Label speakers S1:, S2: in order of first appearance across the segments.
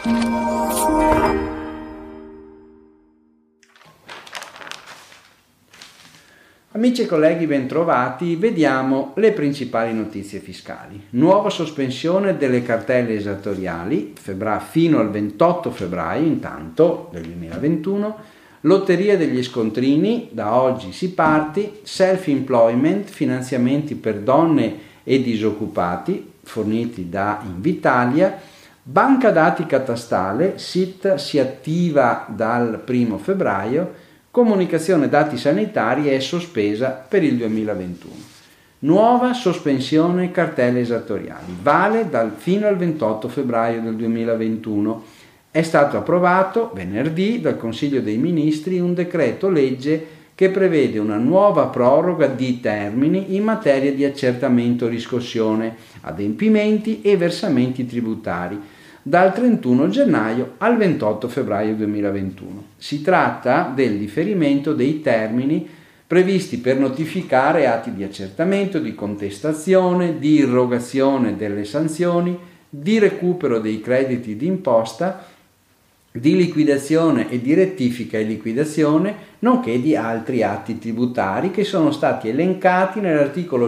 S1: Amici e colleghi, bentrovati. Vediamo le principali notizie fiscali. Nuova sospensione delle cartelle esattoriali fino al 28 febbraio, intanto, del 2021. Lotteria degli scontrini, da oggi si parte. Self-employment, finanziamenti per donne e disoccupati, forniti da Invitalia. Banca dati catastale, SIT si attiva dal 1 febbraio. Comunicazione dati sanitari è sospesa per il 2021. Nuova sospensione cartelle esattoriali, vale fino al 28 febbraio del 2021. È stato approvato venerdì dal Consiglio dei Ministri un decreto legge che prevede una nuova proroga di termini in materia di accertamento, riscossione, adempimenti e versamenti tributari dal 31 gennaio al 28 febbraio 2021. Si tratta del differimento dei termini previsti per notificare atti di accertamento, di contestazione, di irrogazione delle sanzioni, di recupero dei crediti d'imposta, di liquidazione e di rettifica e liquidazione, nonché di altri atti tributari che sono stati elencati nell'articolo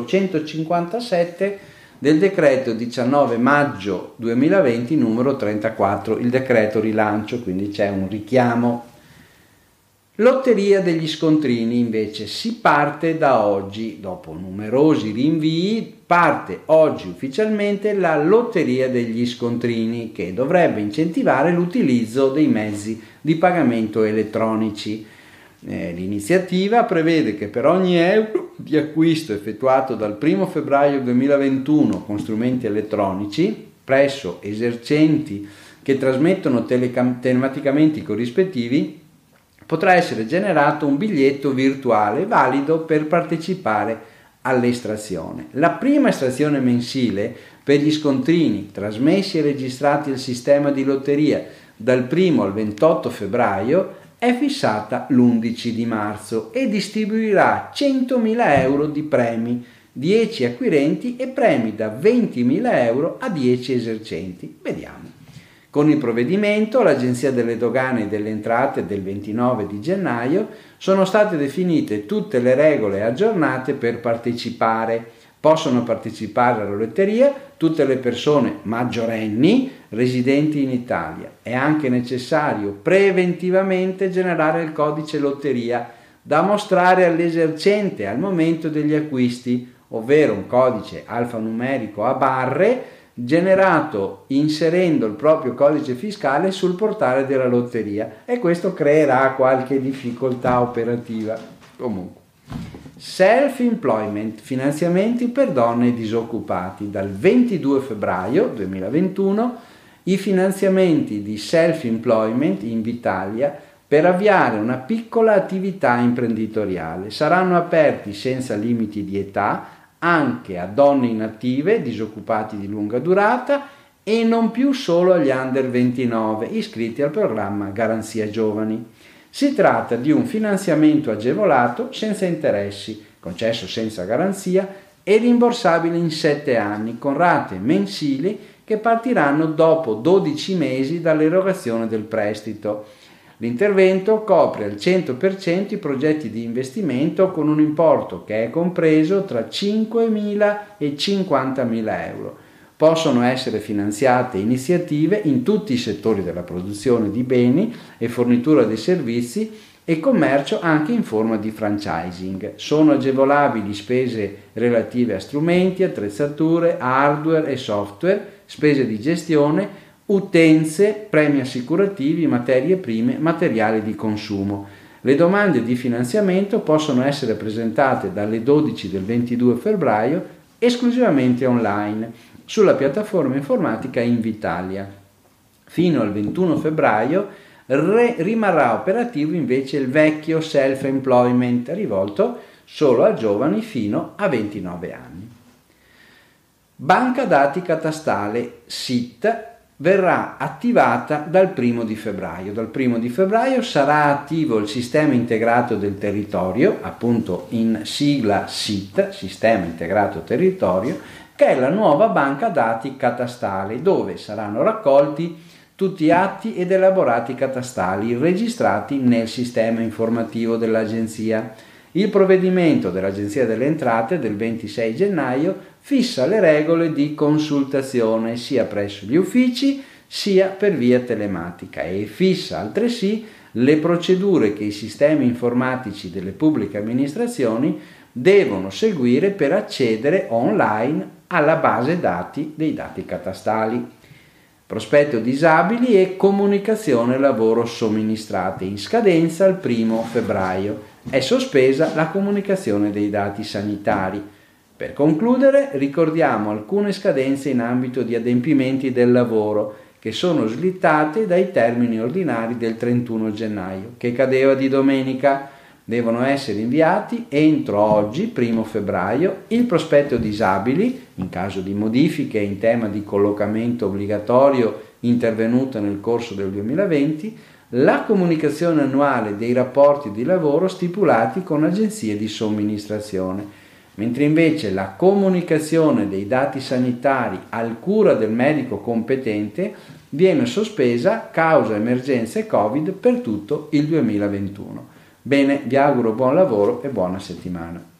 S1: 157 del decreto 19 maggio 2020 numero 34, il decreto rilancio, quindi c'è un richiamo. Lotteria degli scontrini invece si parte da oggi, dopo numerosi rinvii, parte oggi ufficialmente la Lotteria degli scontrini che dovrebbe incentivare l'utilizzo dei mezzi di pagamento elettronici. L'iniziativa prevede che per ogni euro di acquisto effettuato dal 1 febbraio 2021 con strumenti elettronici presso esercenti che trasmettono telematicamente i corrispettivi potrà essere generato un biglietto virtuale valido per partecipare all'estrazione. La prima estrazione mensile per gli scontrini trasmessi e registrati al sistema di lotteria dal 1 al 28 febbraio è fissata l'11 di marzo e distribuirà 100.000 euro di premi, 10 acquirenti e premi da 20.000 euro a 10 esercenti. Vediamo. Con il provvedimento, l'Agenzia delle Dogane e delle Entrate del 29 di gennaio sono state definite tutte le regole aggiornate per partecipare. Possono partecipare alla lotteria tutte le persone maggiorenni residenti in Italia. È anche necessario preventivamente generare il codice lotteria da mostrare all'esercente al momento degli acquisti, ovvero un codice alfanumerico a barre generato inserendo il proprio codice fiscale sul portale della lotteria, e questo creerà qualche difficoltà operativa. Comunque, self-employment, finanziamenti per donne disoccupati. Dal 22 febbraio 2021 i finanziamenti di self-employment Invitalia per avviare una piccola attività imprenditoriale saranno aperti senza limiti di età anche a donne inattive, disoccupati di lunga durata e non più solo agli under 29 iscritti al programma Garanzia Giovani. Si tratta di un finanziamento agevolato senza interessi, concesso senza garanzia e rimborsabile in 7 anni con rate mensili che partiranno dopo 12 mesi dall'erogazione del prestito. L'intervento copre al 100% i progetti di investimento con un importo che è compreso tra 5.000 e 50.000 euro. Possono essere finanziate iniziative in tutti i settori della produzione di beni e fornitura dei servizi e commercio anche in forma di franchising. Sono agevolabili spese relative a strumenti, attrezzature, hardware e software, spese di gestione, utenze, premi assicurativi, materie prime, materiali di consumo. Le domande di finanziamento possono essere presentate dalle 12 del 22 febbraio esclusivamente online sulla piattaforma informatica Invitalia. Fino al 21 febbraio rimarrà operativo invece il vecchio self-employment rivolto solo a giovani fino a 29 anni. Banca dati catastale SIT verrà attivata dal 1 di febbraio. Dal 1 di febbraio sarà attivo il sistema integrato del territorio, appunto in sigla SIT, sistema integrato territorio, che è la nuova banca dati catastale, dove saranno raccolti tutti atti ed elaborati catastali registrati nel sistema informativo dell'Agenzia. Il provvedimento dell'Agenzia delle Entrate del 26 gennaio fissa le regole di consultazione sia presso gli uffici sia per via telematica e fissa altresì le procedure che i sistemi informatici delle pubbliche amministrazioni devono seguire per accedere online alla base dati dei dati catastali. Prospetto disabili e comunicazione lavoro somministrate in scadenza il 1 febbraio. È sospesa la comunicazione dei dati sanitari. Per concludere, ricordiamo alcune scadenze in ambito di adempimenti del lavoro che sono slittate dai termini ordinari del 31 gennaio, che cadeva di domenica. Devono essere inviati entro oggi, 1 febbraio, il prospetto disabili, in caso di modifiche in tema di collocamento obbligatorio intervenuto nel corso del 2020, la comunicazione annuale dei rapporti di lavoro stipulati con agenzie di somministrazione, mentre invece la comunicazione dei dati sanitari al cura del medico competente viene sospesa causa emergenze Covid per tutto il 2021. Bene, vi auguro buon lavoro e buona settimana.